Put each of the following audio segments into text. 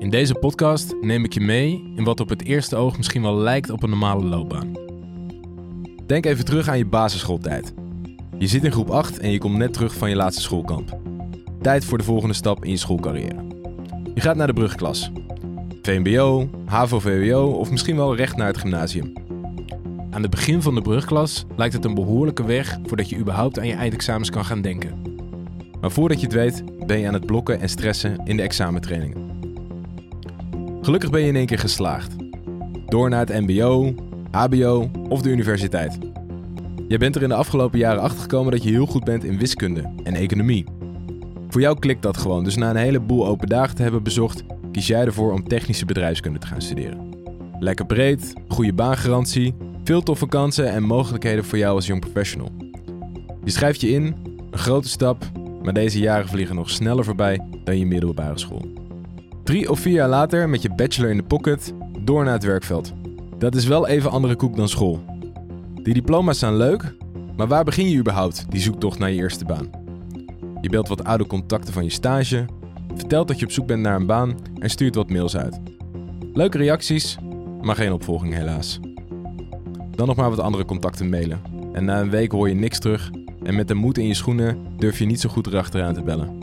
In deze podcast neem ik je mee in wat op het eerste oog misschien wel lijkt op een normale loopbaan. Denk even terug aan je basisschooltijd. Je zit in groep 8 en je komt net terug van je laatste schoolkamp. Tijd voor de volgende stap in je schoolcarrière. Je gaat naar de brugklas. VMBO, HAVO-VWO of misschien wel recht naar het gymnasium. Aan het begin van de brugklas lijkt het een behoorlijke weg voordat je überhaupt aan je eindexamens kan gaan denken. Maar voordat je het weet, ben je aan het blokken en stressen in de examentrainingen. Gelukkig ben je in één keer geslaagd. Door naar het mbo, hbo of de universiteit. Je bent er in de afgelopen jaren achtergekomen dat je heel goed bent in wiskunde en economie. Voor jou klikt dat gewoon, dus na een heleboel open dagen te hebben bezocht, kies jij ervoor om technische bedrijfskunde te gaan studeren. Lekker breed, goede baangarantie, veel toffe kansen en mogelijkheden voor jou als young professional. Je schrijft je in, een grote stap, maar deze jaren vliegen nog sneller voorbij dan je middelbare school. 3 of 4 jaar later, met je bachelor in de pocket, door naar het werkveld. Dat is wel even andere koek dan school. Die diploma's zijn leuk, maar waar begin je überhaupt die zoektocht naar je eerste baan? Je belt wat oude contacten van je stage, vertelt dat je op zoek bent naar een baan en stuurt wat mails uit. Leuke reacties, maar geen opvolging helaas. Dan nog maar wat andere contacten mailen. En na een week hoor je niks terug en met de moed in je schoenen durf je niet zo goed erachteraan te bellen.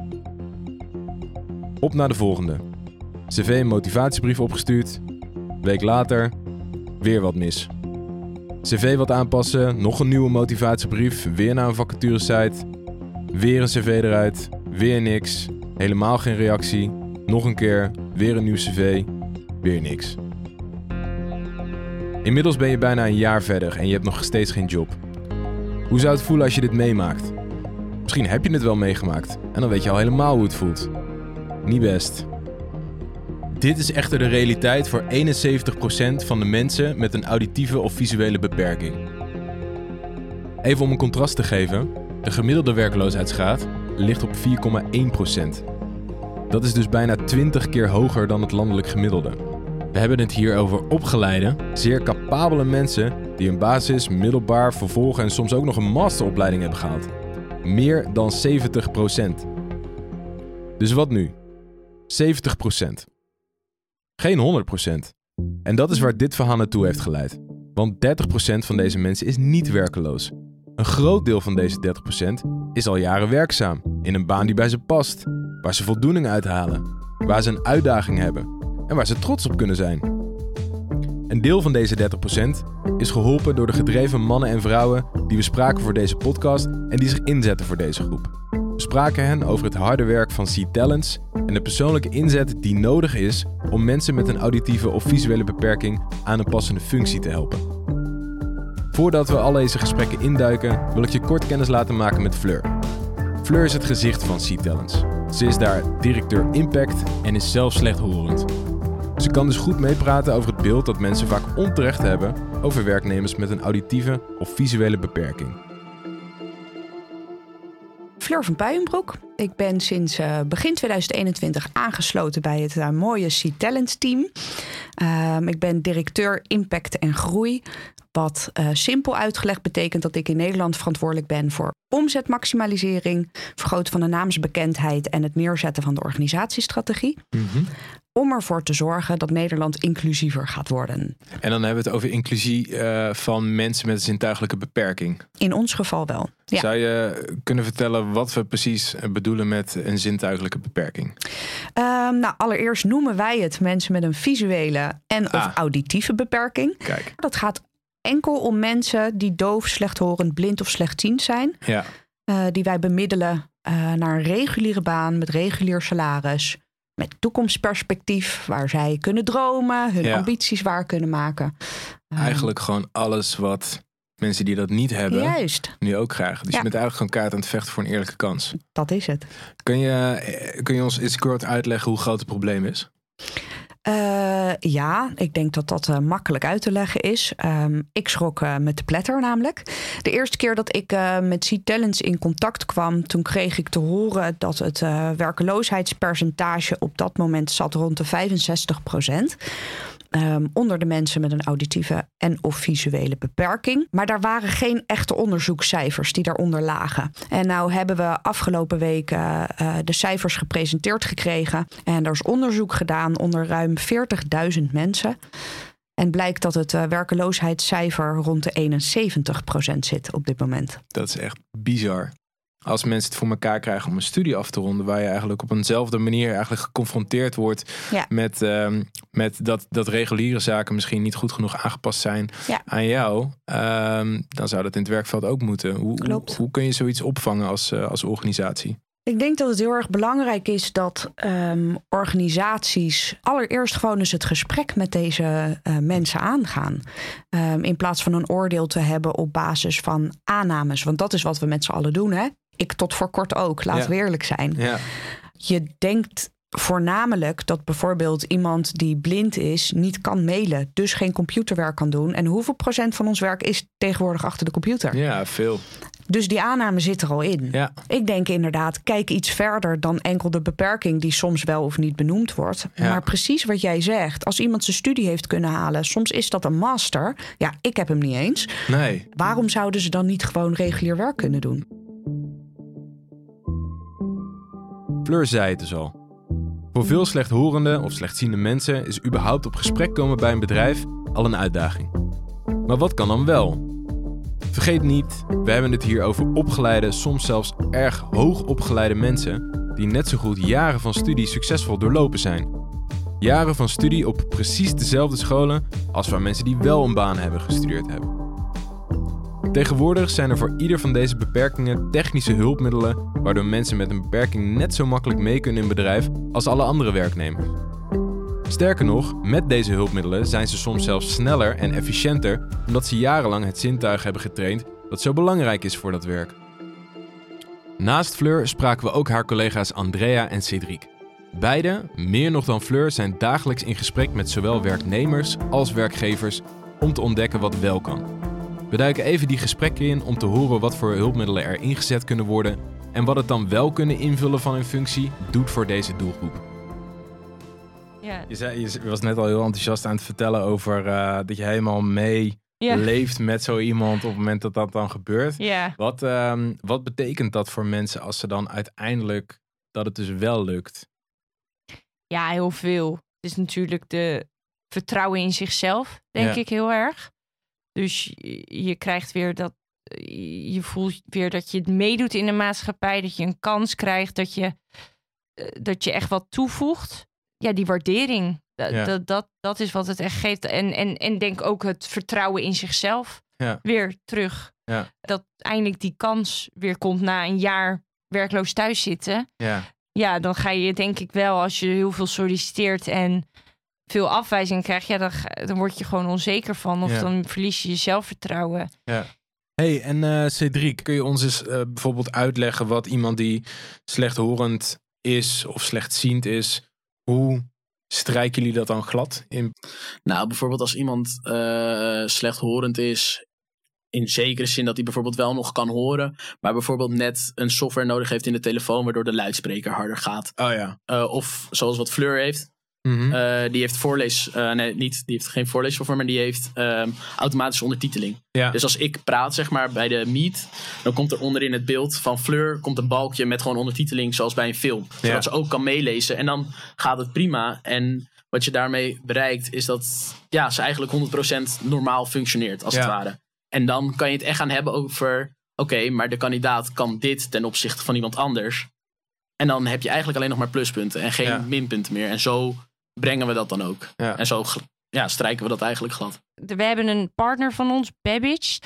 Op naar de volgende. CV en motivatiebrief opgestuurd. Week later, weer wat mis. CV wat aanpassen, nog een nieuwe motivatiebrief, weer naar een vacaturesite. Weer een cv eruit, weer niks, helemaal geen reactie. Nog een keer, weer een nieuw cv, weer niks. Inmiddels ben je bijna een jaar verder en je hebt nog steeds geen job. Hoe zou het voelen als je dit meemaakt? Misschien heb je het wel meegemaakt en dan weet je al helemaal hoe het voelt. Niet best. Dit is echter de realiteit voor 71% van de mensen met een auditieve of visuele beperking. Even om een contrast te geven, de gemiddelde werkloosheidsgraad ligt op 4,1%. Dat is dus bijna 20 keer hoger dan het landelijk gemiddelde. We hebben het hier over opgeleide, zeer capabele mensen die een basis, middelbaar, vervolg en soms ook nog een masteropleiding hebben gehaald. Meer dan 70%. Dus wat nu? 70%. Geen 100%. En dat is waar dit verhaal naartoe heeft geleid. Want 30% van deze mensen is niet werkeloos. Een groot deel van deze 30% is al jaren werkzaam, in een baan die bij ze past, waar ze voldoening uithalen, waar ze een uitdaging hebben en waar ze trots op kunnen zijn. Een deel van deze 30% is geholpen door de gedreven mannen en vrouwen die we spraken voor deze podcast en die zich inzetten voor deze groep. We spraken hen over het harde werk van C-Talents en de persoonlijke inzet die nodig is om mensen met een auditieve of visuele beperking aan een passende functie te helpen. Voordat we al deze gesprekken induiken, wil ik je kort kennis laten maken met Fleur. Fleur is het gezicht van C-Talents. Ze is daar directeur Impact en is zelf slechthorend. Ze kan dus goed meepraten over het beeld dat mensen vaak onterecht hebben over werknemers met een auditieve of visuele beperking. Fleur van Puijenbroek. Ik ben sinds begin 2021 aangesloten bij het mooie C-Talents team. Ik ben directeur Impact en Groei. Wat simpel uitgelegd betekent dat ik in Nederland verantwoordelijk ben voor omzetmaximalisering, vergroten van de naamsbekendheid en het neerzetten van de organisatiestrategie. Mm-hmm. Om ervoor te zorgen dat Nederland inclusiever gaat worden. En dan hebben we het over inclusie van mensen met een zintuigelijke beperking. In ons geval wel. Ja. Zou je kunnen vertellen wat we precies bedoelen met een zintuigelijke beperking? Allereerst noemen wij het mensen met een visuele en of auditieve beperking. Kijk. Dat gaat enkel om mensen die doof, slechthorend, blind of slechtziend zijn. Ja. Die wij bemiddelen naar een reguliere baan met regulier salaris. Met toekomstperspectief, waar zij kunnen dromen, hun ambities waar kunnen maken. Eigenlijk gewoon alles wat mensen die dat niet hebben, juist, nu ook krijgen. Dus je bent eigenlijk gewoon kaart aan het vechten voor een eerlijke kans. Dat is het. Kun je ons eens kort uitleggen hoe groot het probleem is? Ja, ik denk dat dat makkelijk uit te leggen is. Ik schrok met de pletter namelijk. De eerste keer dat ik met C-Talents in contact kwam, toen kreeg ik te horen dat het werkeloosheidspercentage op dat moment zat rond de 65%. onder de mensen met een auditieve en of visuele beperking. Maar daar waren geen echte onderzoekscijfers die daaronder lagen. En nou hebben we afgelopen weken de cijfers gepresenteerd gekregen. En er is onderzoek gedaan onder ruim 40.000 mensen. En blijkt dat het werkeloosheidscijfer rond de 71% zit op dit moment. Dat is echt bizar. Als mensen het voor elkaar krijgen om een studie af te ronden, waar je eigenlijk op eenzelfde manier eigenlijk geconfronteerd wordt met dat reguliere zaken misschien niet goed genoeg aangepast zijn aan jou, dan zou dat in het werkveld ook moeten. Hoe kun je zoiets opvangen als organisatie? Ik denk dat het heel erg belangrijk is dat organisaties allereerst gewoon eens het gesprek met deze mensen aangaan. In plaats van een oordeel te hebben op basis van aannames. Want dat is wat we met z'n allen doen, hè? Ik tot voor kort ook, laten we eerlijk zijn. Ja. Je denkt voornamelijk dat bijvoorbeeld iemand die blind is niet kan mailen, dus geen computerwerk kan doen. En hoeveel procent van ons werk is tegenwoordig achter de computer? Ja, veel. Dus die aanname zit er al in. Ja. Ik denk inderdaad, kijk iets verder dan enkel de beperking die soms wel of niet benoemd wordt. Ja. Maar precies wat jij zegt, als iemand zijn studie heeft kunnen halen, soms is dat een master. Ja, ik heb hem niet eens. Nee. Waarom zouden ze dan niet gewoon regulier werk kunnen doen? Fleur zei het dus al. Voor veel slechthorende of slechtziende mensen is überhaupt op gesprek komen bij een bedrijf al een uitdaging. Maar wat kan dan wel? Vergeet niet, we hebben het hier over opgeleide, soms zelfs erg hoog opgeleide mensen die net zo goed jaren van studie succesvol doorlopen zijn. Jaren van studie op precies dezelfde scholen als waar mensen die wel een baan hebben gestudeerd hebben. Tegenwoordig zijn er voor ieder van deze beperkingen technische hulpmiddelen waardoor mensen met een beperking net zo makkelijk mee kunnen in bedrijf als alle andere werknemers. Sterker nog, met deze hulpmiddelen zijn ze soms zelfs sneller en efficiënter omdat ze jarenlang het zintuig hebben getraind dat zo belangrijk is voor dat werk. Naast Fleur spraken we ook haar collega's Andrea en Cedric. Beide, meer nog dan Fleur, zijn dagelijks in gesprek met zowel werknemers als werkgevers om te ontdekken wat wel kan. We duiken even die gesprekken in om te horen wat voor hulpmiddelen er ingezet kunnen worden en wat het dan wel kunnen invullen van hun functie doet voor deze doelgroep. Ja. Je was net al heel enthousiast aan het vertellen over dat je helemaal leeft met zo iemand op het moment dat dat dan gebeurt. Ja. Wat betekent dat voor mensen als ze dan uiteindelijk dat het dus wel lukt? Ja, heel veel. Het is natuurlijk de vertrouwen in zichzelf, denk ik heel erg. Dus je krijgt weer je voelt weer dat je het meedoet in de maatschappij, dat je een kans krijgt, dat je echt wat toevoegt. Ja, die waardering, dat is wat het echt geeft. En denk ook het vertrouwen in zichzelf weer terug. Ja. Dat eindelijk die kans weer komt na een jaar werkloos thuis zitten. Ja, dan ga je denk ik wel, als je heel veel solliciteert en veel afwijzing krijgt, dan word je gewoon onzeker van. Of dan verlies je je zelfvertrouwen. Ja. Hey, en Cedric, kun je ons eens bijvoorbeeld uitleggen wat iemand die slechthorend is of slechtziend is, hoe strijken jullie dat dan glad in? Nou, bijvoorbeeld als iemand slechthorend is, in zekere zin dat hij bijvoorbeeld wel nog kan horen, maar bijvoorbeeld net een software nodig heeft in de telefoon waardoor de luidspreker harder gaat. Oh ja. Of zoals wat Fleur heeft. Mm-hmm. Die heeft die heeft geen voorleessoftware, maar die heeft automatische ondertiteling. Ja. Dus als ik praat, zeg maar, bij de Meet, dan komt er onderin het beeld van Fleur komt een balkje met gewoon ondertiteling, zoals bij een film. Zodat ze ook kan meelezen. En dan gaat het prima. En wat je daarmee bereikt, is dat ze eigenlijk 100% normaal functioneert, als het ware. En dan kan je het echt gaan hebben over, oké, maar de kandidaat kan dit ten opzichte van iemand anders. En dan heb je eigenlijk alleen nog maar pluspunten en geen minpunten meer. En zo brengen we dat dan ook. Ja. En zo strijken we dat eigenlijk glad. We hebben een partner van ons, Babbage.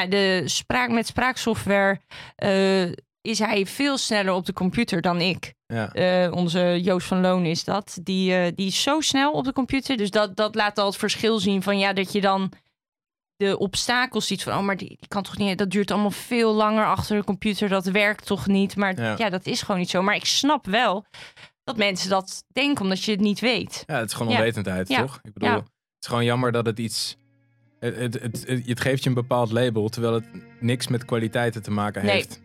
Met spraaksoftware is hij veel sneller op de computer dan ik. Ja. Onze Joost van Loon is dat. Die is zo snel op de computer. Dus dat laat al het verschil zien van dat je dan de obstakels ziet van, maar die kan toch niet, dat duurt allemaal veel langer achter de computer, dat werkt toch niet. Maar dat is gewoon niet zo. Maar ik snap wel dat mensen dat denken, omdat je het niet weet. Ja, het is gewoon onwetendheid, toch? Ik bedoel, het is gewoon jammer dat het iets, het geeft je een bepaald label, terwijl het niks met kwaliteiten te maken heeft.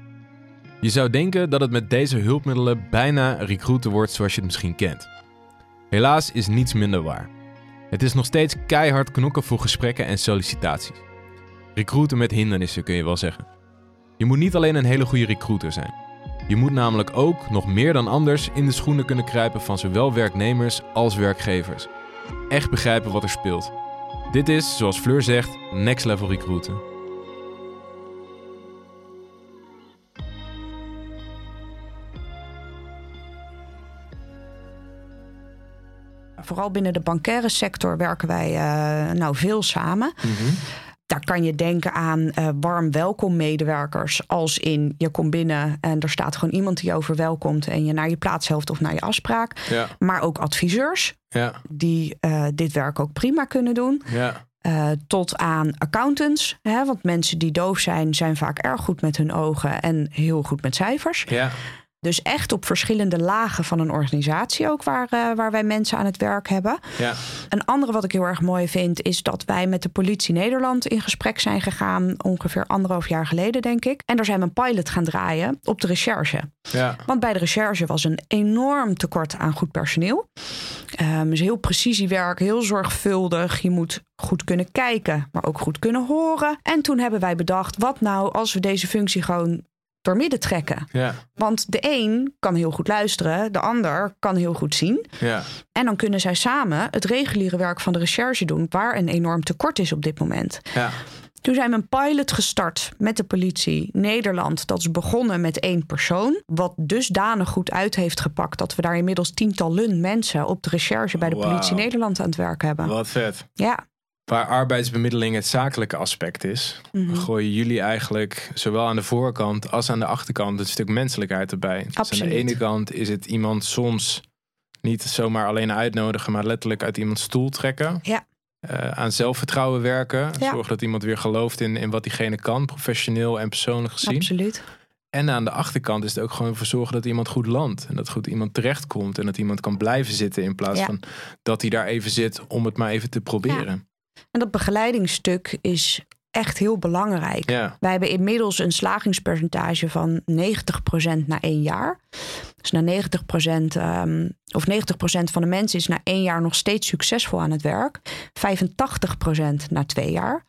Je zou denken dat het met deze hulpmiddelen bijna recruiten wordt zoals je het misschien kent. Helaas is niets minder waar. Het is nog steeds keihard knokken voor gesprekken en sollicitaties. Recruiten met hindernissen kun je wel zeggen. Je moet niet alleen een hele goede recruiter zijn. Je moet namelijk ook, nog meer dan anders, in de schoenen kunnen kruipen van zowel werknemers als werkgevers. Echt begrijpen wat er speelt. Dit is, zoals Fleur zegt, next level recruiten. Vooral binnen de bankaire sector werken wij veel samen. Mm-hmm. Daar kan je denken aan warm welkom medewerkers. Als in, je komt binnen en er staat gewoon iemand die je verwelkomt en je naar je plaats helpt of naar je afspraak. Ja. Maar ook adviseurs die dit werk ook prima kunnen doen. Ja. Tot aan accountants. Want mensen die doof zijn vaak erg goed met hun ogen en heel goed met cijfers. Ja. Dus echt op verschillende lagen van een organisatie ook waar wij mensen aan het werk hebben. Ja. Een andere wat ik heel erg mooi vind is dat wij met de Politie Nederland in gesprek zijn gegaan. Ongeveer 1,5 jaar geleden, denk ik. En daar zijn we een pilot gaan draaien op de recherche. Ja. Want bij de recherche was een enorm tekort aan goed personeel. Dus heel precisiewerk, heel zorgvuldig. Je moet goed kunnen kijken, maar ook goed kunnen horen. En toen hebben wij bedacht, wat nou als we deze functie gewoon doormidden trekken. Ja. Want de een kan heel goed luisteren, de ander kan heel goed zien. Ja. En dan kunnen zij samen het reguliere werk van de recherche doen, waar een enorm tekort is op dit moment. Ja. Toen zijn we een pilot gestart met de Politie Nederland. Dat is begonnen met 1 persoon. Wat dusdanig goed uit heeft gepakt dat we daar inmiddels tientallen mensen op de recherche bij de Politie Nederland aan het werk hebben. Wat vet. Ja. Waar arbeidsbemiddeling het zakelijke aspect is, gooien jullie eigenlijk zowel aan de voorkant als aan de achterkant een stuk menselijkheid erbij. Dus aan de ene kant is het iemand soms niet zomaar alleen uitnodigen, maar letterlijk uit iemands stoel trekken. Ja. Aan zelfvertrouwen werken. Ja. Zorg dat iemand weer gelooft in wat diegene kan, professioneel en persoonlijk gezien. Absoluut. En aan de achterkant is het ook gewoon voor zorgen dat iemand goed landt. En dat goed iemand terechtkomt. En dat iemand kan blijven zitten in plaats van dat hij daar even zit om het maar even te proberen. Ja. En dat begeleidingsstuk is echt heel belangrijk. Ja. Wij hebben inmiddels een slagingspercentage van 90% na 1 jaar. Dus na 90% van de mensen is na 1 jaar nog steeds succesvol aan het werk. 85% na 2 jaar.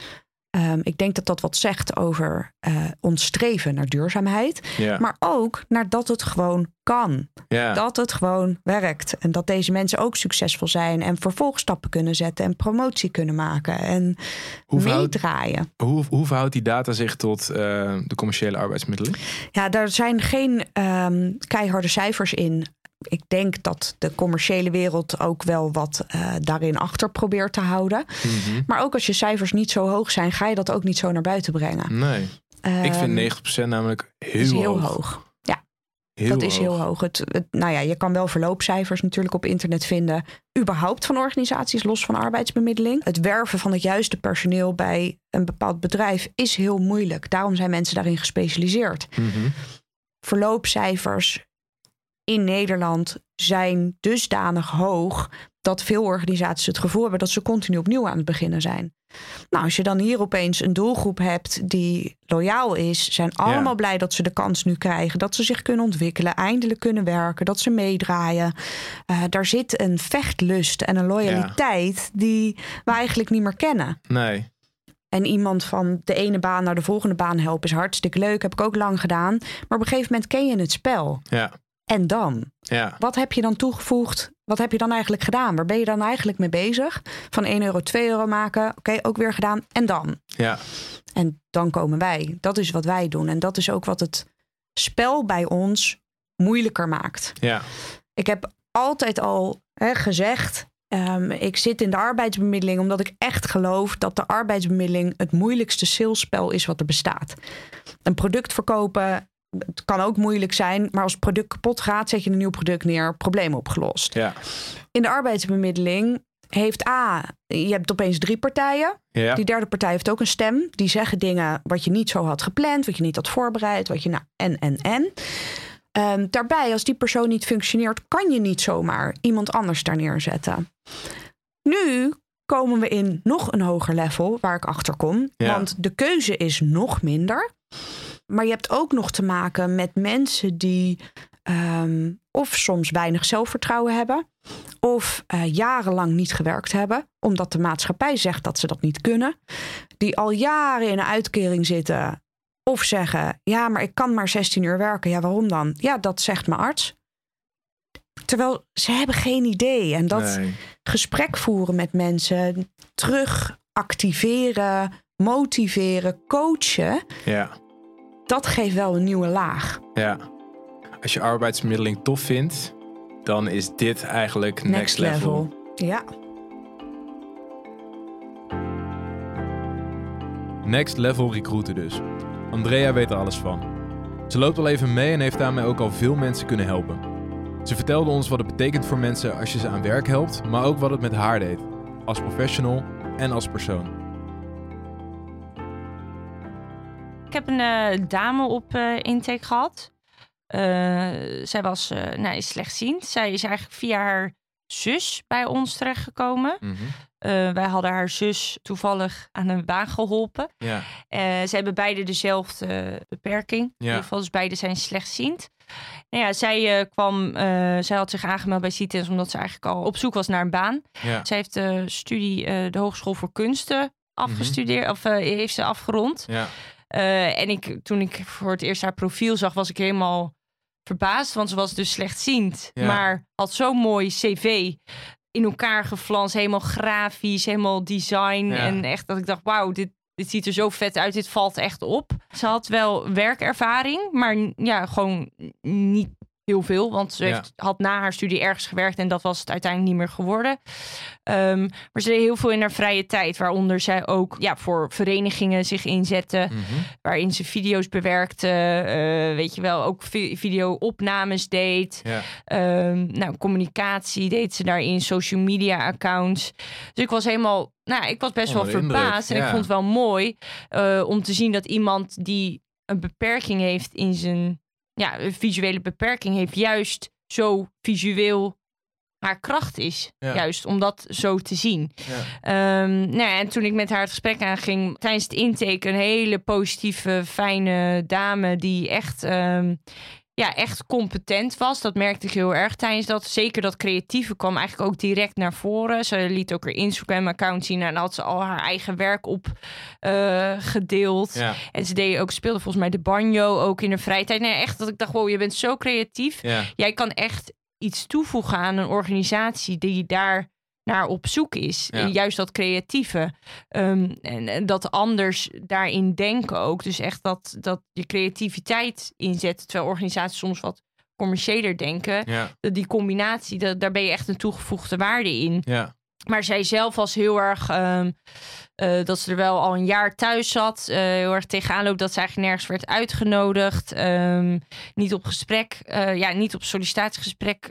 Ik denk dat dat wat zegt over ons streven naar duurzaamheid. Ja. Maar ook naar dat het gewoon kan. Ja. Dat het gewoon werkt. En dat deze mensen ook succesvol zijn. En vervolgstappen kunnen zetten. En promotie kunnen maken. En meedraaien. Hoe verhoudt die data zich tot de commerciële arbeidsmiddelen? Ja, daar zijn geen keiharde cijfers in. Ik denk dat de commerciële wereld ook wel wat daarin achter probeert te houden. Mm-hmm. Maar ook als je cijfers niet zo hoog zijn, ga je dat ook niet zo naar buiten brengen. Nee, ik vind 90% namelijk heel hoog. Ja, dat is heel hoog. Je kan wel verloopcijfers natuurlijk op internet vinden. Überhaupt van organisaties, los van arbeidsbemiddeling. Het werven van het juiste personeel bij een bepaald bedrijf is heel moeilijk. Daarom zijn mensen daarin gespecialiseerd. Mm-hmm. Verloopcijfers in Nederland zijn dusdanig hoog dat veel organisaties het gevoel hebben dat ze continu opnieuw aan het beginnen zijn. Nou, als je dan hier opeens een doelgroep hebt die loyaal is, zijn allemaal blij dat ze de kans nu krijgen, dat ze zich kunnen ontwikkelen, eindelijk kunnen werken, dat ze meedraaien. Daar zit een vechtlust en een loyaliteit die we eigenlijk niet meer kennen. Nee. En iemand van de ene baan naar de volgende baan helpen is hartstikke leuk, heb ik ook lang gedaan. Maar op een gegeven moment ken je het spel. Ja. En dan? Ja. Wat heb je dan toegevoegd? Wat heb je dan eigenlijk gedaan? Waar ben je dan eigenlijk mee bezig? Van 1 euro, 2 euro maken. Oké, ook weer gedaan. En dan? Ja. En dan komen wij. Dat is wat wij doen. En dat is ook wat het spel bij ons moeilijker maakt. Ja. Ik heb altijd al gezegd, ik zit in de arbeidsbemiddeling omdat ik echt geloof dat de arbeidsbemiddeling het moeilijkste salesspel is wat er bestaat. Een product verkopen, het kan ook moeilijk zijn, maar als het product kapot gaat, zet je een nieuw product neer, probleem opgelost. Ja. In de arbeidsbemiddeling heeft je hebt opeens 3 partijen. Ja. Die derde partij heeft ook een stem. Die zeggen dingen wat je niet zo had gepland, wat je niet had voorbereid, wat je daarbij, als die persoon niet functioneert, kan je niet zomaar iemand anders daar neerzetten. Nu komen we in nog een hoger level waar ik achter kom. Ja. Want de keuze is nog minder. Maar je hebt ook nog te maken met mensen die Of soms weinig zelfvertrouwen hebben. Of jarenlang niet gewerkt hebben. Omdat de maatschappij zegt dat ze dat niet kunnen. Die al jaren in een uitkering zitten. Of zeggen, ja, maar ik kan maar 16 uur werken. Ja, waarom dan? Ja, dat zegt mijn arts. Terwijl ze hebben geen idee. En dat gesprek voeren met mensen, terug activeren, motiveren, coachen. Ja. Dat geeft wel een nieuwe laag. Ja. Als je arbeidsmiddeling tof vindt, dan is dit eigenlijk next level. Ja. Next level recruiten dus. Andrea weet er alles van. Ze loopt al even mee en heeft daarmee ook al veel mensen kunnen helpen. Ze vertelde ons wat het betekent voor mensen als je ze aan werk helpt, maar ook wat het met haar deed. Als professional en als persoon. Ik heb een dame op intake gehad. Zij was slechtziend. Zij is eigenlijk via haar zus bij ons terechtgekomen. Mm-hmm. Wij hadden haar zus toevallig aan een baan geholpen. Ja. Ze hebben beide dezelfde beperking. Ja. In ieder geval, dus beide zijn slechtziend. Nou ja, zij had zich aangemeld bij CITES omdat ze eigenlijk al op zoek was naar een baan. Ja. Zij heeft de Hogeschool voor Kunsten afgestudeerd, of heeft ze afgerond. Ja. En toen ik voor het eerst haar profiel zag, was ik helemaal verbaasd. Want ze was dus slechtziend, maar had zo'n mooi cv in elkaar geflanst. Helemaal grafisch, helemaal design. Ja. En echt dat ik dacht, wauw, dit ziet er zo vet uit. Dit valt echt op. Ze had wel werkervaring, maar ja, gewoon niet heel veel. Want ze had na haar studie ergens gewerkt en dat was het uiteindelijk niet meer geworden. Maar ze deed heel veel in haar vrije tijd. Waaronder zij ook voor verenigingen zich inzette. Mm-hmm. Waarin ze video's bewerkte. Weet je wel, ook video-opnames deed. Ja. Communicatie deed ze daarin. Social media accounts. Dus ik was helemaal... ik was best wel verbaasd. En ik vond het wel mooi om te zien dat iemand die een beperking heeft in zijn... een visuele beperking heeft, juist zo visueel haar kracht is. Ja. Juist om dat zo te zien. Ja. En toen ik met haar het gesprek aanging, tijdens het intake, een hele positieve, fijne dame die echt... echt competent was. Dat merkte ik heel erg tijdens dat. Zeker dat creatieve kwam eigenlijk ook direct naar voren. Ze liet ook haar Instagram-account zien en had ze al haar eigen werk op gedeeld. Ja. En ze speelde volgens mij de banjo ook in de vrije tijd. Nee, echt dat ik dacht, wow, je bent zo creatief. Ja. Jij kan echt iets toevoegen aan een organisatie die daar naar op zoek is. Ja. Juist dat creatieve. En dat anders daarin denken ook. Dus echt dat je creativiteit inzet. Terwijl organisaties soms wat commerciëler denken. Ja. Die combinatie, daar ben je echt een toegevoegde waarde in. Ja. Maar zij zelf was heel erg... dat ze er wel al een jaar thuis zat. Heel erg tegenaan loopt dat ze eigenlijk nergens werd uitgenodigd. Niet op gesprek. Niet op sollicitatiegesprek...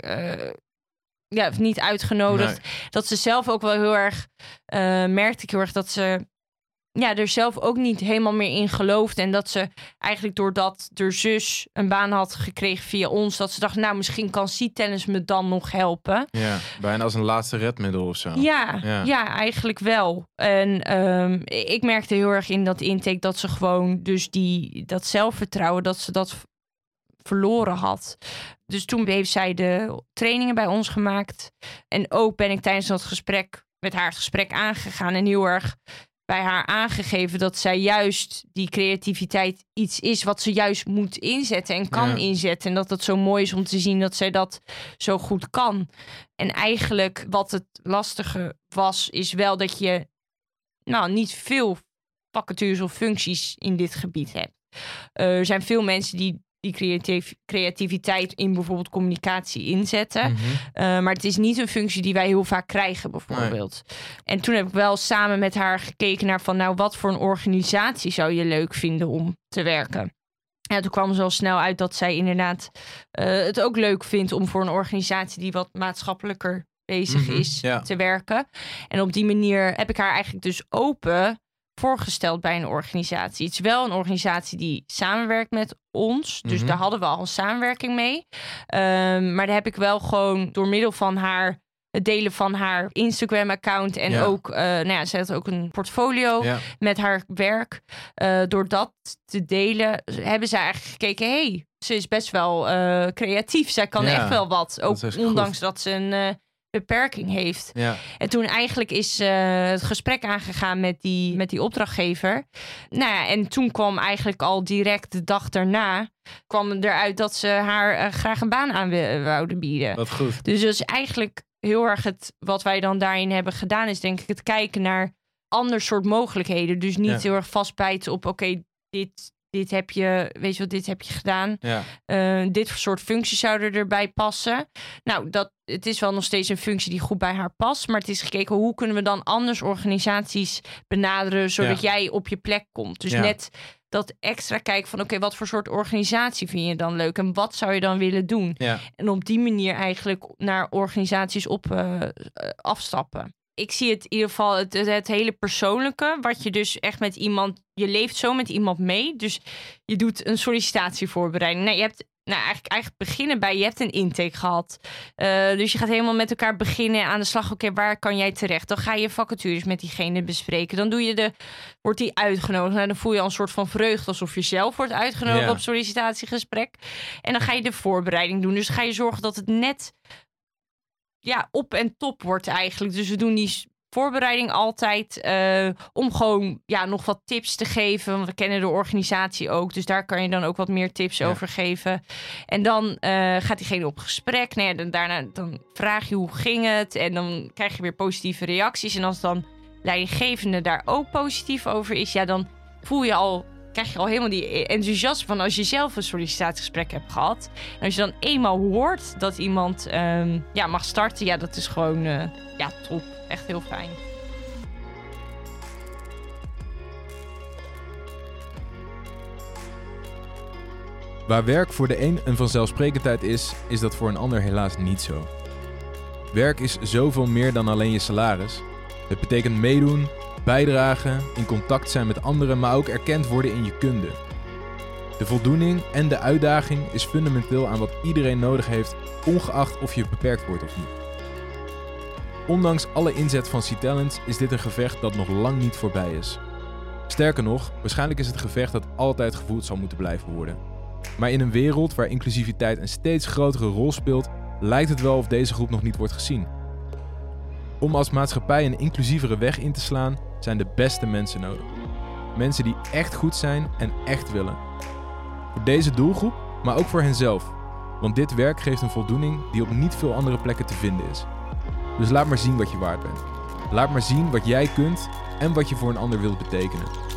niet uitgenodigd. Nee. Dat ze zelf ook wel heel erg... merkte ik heel erg dat ze... er zelf ook niet helemaal meer in geloofde. En dat ze eigenlijk doordat de zus een baan had gekregen via ons... dat ze dacht, misschien kan CITES me dan nog helpen. Ja, bijna als een laatste redmiddel of zo. Ja, eigenlijk wel. En ik merkte heel erg in dat intake dat ze gewoon... dus dat zelfvertrouwen, dat ze dat... verloren had. Dus toen heeft zij de trainingen bij ons gemaakt. En ook ben ik tijdens dat gesprek met haar het gesprek aangegaan en heel erg bij haar aangegeven dat zij juist die creativiteit iets is wat ze juist moet inzetten en kan inzetten. En dat het zo mooi is om te zien dat zij dat zo goed kan. En eigenlijk wat het lastige was, is wel dat je niet veel vacatures of functies in dit gebied hebt. Er zijn veel mensen die creativiteit in bijvoorbeeld communicatie inzetten. Mm-hmm. Maar het is niet een functie die wij heel vaak krijgen, bijvoorbeeld. Nee. En toen heb ik wel samen met haar gekeken naar van... wat voor een organisatie zou je leuk vinden om te werken? Ja, toen kwam ze al snel uit dat zij inderdaad het ook leuk vindt... om voor een organisatie die wat maatschappelijker bezig is te werken. En op die manier heb ik haar eigenlijk dus open... voorgesteld bij een organisatie. Het is wel een organisatie die samenwerkt met ons. Dus daar hadden we al een samenwerking mee. Maar daar heb ik wel gewoon door middel van het delen van haar Instagram-account... en ook, ze had ook een portfolio met haar werk. Door dat te delen hebben ze eigenlijk gekeken... Ze is best wel creatief. Zij kan echt wel wat. Ook ondanks dat ze een beperking heeft. Ja. En toen eigenlijk is het gesprek aangegaan met die opdrachtgever. Nou ja, en toen kwam eigenlijk al direct de dag daarna kwam eruit dat ze haar graag een baan aan wouden bieden. Wat goed. Dus dat is eigenlijk heel erg wat wij dan daarin hebben gedaan, is denk ik het kijken naar ander soort mogelijkheden. Dus niet heel erg vastbijten op oké, dit heb je, weet je wat, dit heb je gedaan. Ja. Dit soort functies zouden erbij passen. Nou, het is wel nog steeds een functie die goed bij haar past. Maar het is gekeken, hoe kunnen we dan anders organisaties benaderen, zodat jij op je plek komt. Dus net dat extra kijken van oké, wat voor soort organisatie vind je dan leuk? En wat zou je dan willen doen? Ja. En op die manier eigenlijk naar organisaties afstappen. Ik zie het in ieder geval het hele persoonlijke, wat je dus echt met iemand, je leeft zo met iemand mee. Dus je doet een sollicitatievoorbereiding. Nou, je hebt eigenlijk beginnen bij, je hebt een intake gehad. Dus je gaat helemaal met elkaar beginnen aan de slag. Oké, waar kan jij terecht? Dan ga je vacatures met diegene bespreken. Dan wordt die uitgenodigd. Nou, dan voel je al een soort van vreugde alsof je zelf wordt uitgenodigd op sollicitatiegesprek. En dan ga je de voorbereiding doen. Dus ga je zorgen dat het net op en top wordt eigenlijk. Dus we doen die voorbereiding altijd om gewoon nog wat tips te geven. Want we kennen de organisatie ook. Dus daar kan je dan ook wat meer tips over geven. En dan gaat diegene op gesprek. Nou ja, daarna dan vraag je hoe ging het. En dan krijg je weer positieve reacties. En als dan leidinggevende daar ook positief over is, dan krijg je al helemaal die enthousiasme van als je zelf een sollicitatiegesprek hebt gehad. En als je dan eenmaal hoort dat iemand mag starten, dat is gewoon top. Echt heel fijn. Waar werk voor de een vanzelfsprekendheid is dat voor een ander helaas niet zo. Werk is zoveel meer dan alleen je salaris. Het betekent meedoen, bijdragen, in contact zijn met anderen, maar ook erkend worden in je kunde. De voldoening en de uitdaging is fundamenteel aan wat iedereen nodig heeft, ongeacht of je beperkt wordt of niet. Ondanks alle inzet van C-Talents is dit een gevecht dat nog lang niet voorbij is. Sterker nog, waarschijnlijk is het gevecht dat altijd gevoerd zal moeten blijven worden. Maar in een wereld waar inclusiviteit een steeds grotere rol speelt, lijkt het wel of deze groep nog niet wordt gezien. Om als maatschappij een inclusievere weg in te slaan, zijn de beste mensen nodig. Mensen die echt goed zijn en echt willen. Voor deze doelgroep, maar ook voor henzelf. Want dit werk geeft een voldoening die op niet veel andere plekken te vinden is. Dus laat maar zien wat je waard bent. Laat maar zien wat jij kunt en wat je voor een ander wilt betekenen.